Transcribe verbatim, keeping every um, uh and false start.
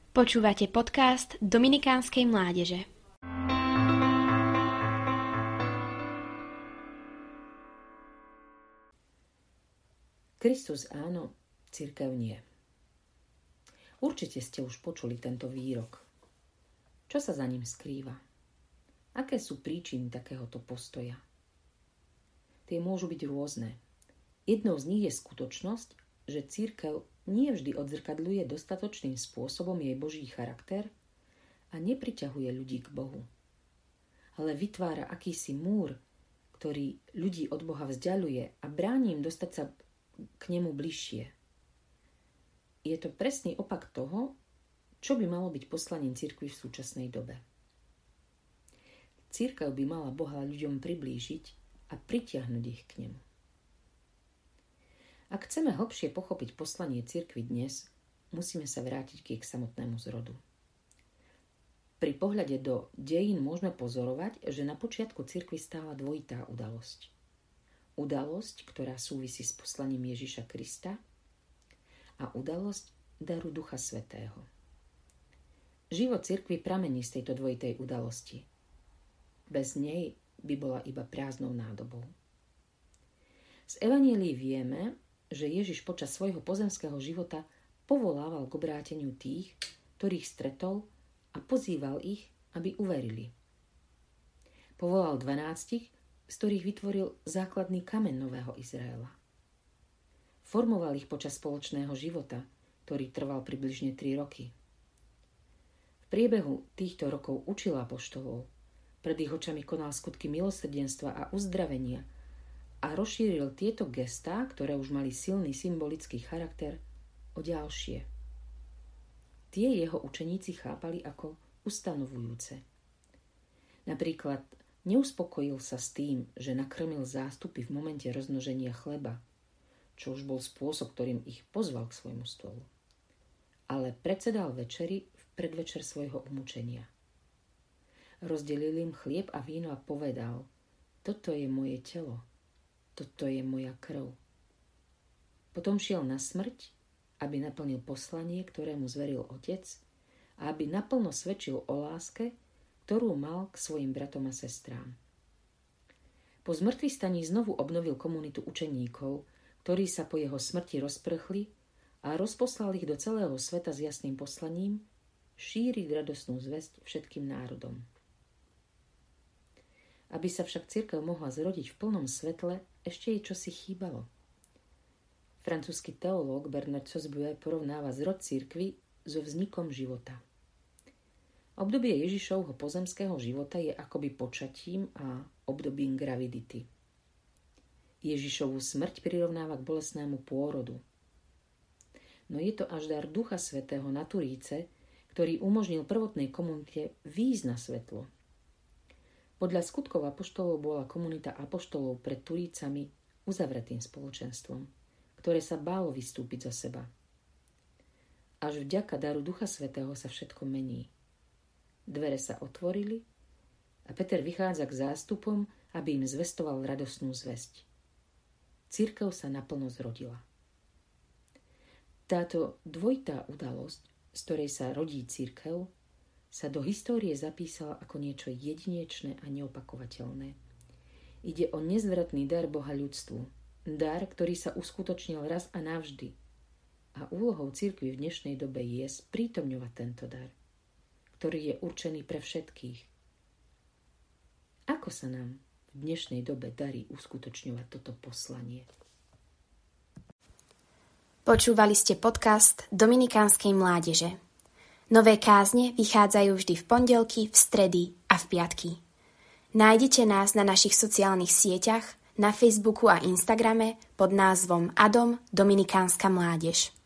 Počúvate podcast Dominikánskej mládeže. Kristus áno, cirkev nie. Určite ste už počuli tento výrok. Čo sa za ním skrýva? Aké sú príčiny takéhoto postoja? Tie môžu byť rôzne. Jednou z nich je skutočnosť, že cirkev nie vždy odzrkadľuje dostatočným spôsobom jej Boží charakter a nepriťahuje ľudí k Bohu. Ale vytvára akýsi múr, ktorý ľudí od Boha vzdialuje a bráni im dostať sa k nemu bližšie. Je to presný opak toho, čo by malo byť poslaním cirkvi v súčasnej dobe. Cirkev by mala Boha ľuďom priblížiť a pritiahnuť ich k nemu. Ak chceme hlbšie pochopiť poslanie cirkvi dnes, musíme sa vrátiť k ich samotnému zrodu. Pri pohľade do dejín môžeme pozorovať, že na počiatku cirkvi stála dvojitá udalosť. Udalosť, ktorá súvisí s poslaním Ježiša Krista, a udalosť daru Ducha Svätého. Život cirkvi pramení z tejto dvojitej udalosti. Bez nej by bola iba prázdnou nádobou. Z evanjelií vieme, že Ježiš počas svojho pozemského života povolával k obráteniu tých, ktorých stretol, a pozýval ich, aby uverili. Povolal dvanástich, z ktorých vytvoril základný kameň nového Izraela. Formoval ich počas spoločného života, ktorý trval približne tri roky. V priebehu týchto rokov učil apoštolov, pred ich očami konal skutky milosrdenstva a uzdravenia a rozšíril tieto gestá, ktoré už mali silný symbolický charakter, o ďalšie. Tie jeho učeníci chápali ako ustanovujúce. Napríklad neuspokojil sa s tým, že nakrmil zástupy v momente rozmnoženia chleba, čo už bol spôsob, ktorým ich pozval k svojmu stolu. Ale predsedal večeri v predvečer svojho umúčenia. Rozdelil im chlieb a víno a povedal: toto je moje telo. Toto je moja krv. Potom šiel na smrť, aby naplnil poslanie, ktoré mu zveril Otec, a aby naplno svedčil o láske, ktorú mal k svojim bratom a sestrám. Po zmŕtvychvstaní znovu obnovil komunitu učeníkov, ktorí sa po jeho smrti rozprchli a rozposlal ich do celého sveta s jasným poslaním šíriť radosnú zvesť všetkým národom. Aby sa však cirkev mohla zrodiť v plnom svetle, ešte jej čosi chýbalo. Francúzsky teológ Bernard Sosbuer porovnáva zrod cirkvi so vznikom života. Obdobie Ježišovho pozemského života je akoby počatím a obdobím gravidity. Ježišovu smrť prirovnáva k bolestnému pôrodu. No je to až dar Ducha Svätého na Turíce, ktorý umožnil prvotnej komunite výjsť na svetlo. Podľa skutkov apoštolov bola komunita apoštolov pred Turícami uzavretým spoločenstvom, ktoré sa bálo vystúpiť zo seba. Až vďaka daru Ducha Svätého sa všetko mení. Dvere sa otvorili a Peter vychádza k zástupom, aby im zvestoval radosnú zvesť. Cirkev sa naplno zrodila. Táto dvojitá udalosť, z ktorej sa rodí cirkev, sa do histórie zapísala ako niečo jedinečné a neopakovateľné. Ide o nezvratný dar Boha ľudstvu. Dar, ktorý sa uskutočnil raz a navždy. A úlohou cirkvi v dnešnej dobe je sprítomňovať tento dar, ktorý je určený pre všetkých. Ako sa nám v dnešnej dobe darí uskutočňovať toto poslanie? Počúvali ste podcast Dominikánskej mládeže. Nové kázne vychádzajú vždy v pondelky, v stredy a v piatky. Nájdete nás na našich sociálnych sieťach, na Facebooku a Instagrame pod názvom Adom Dominikánska mládež.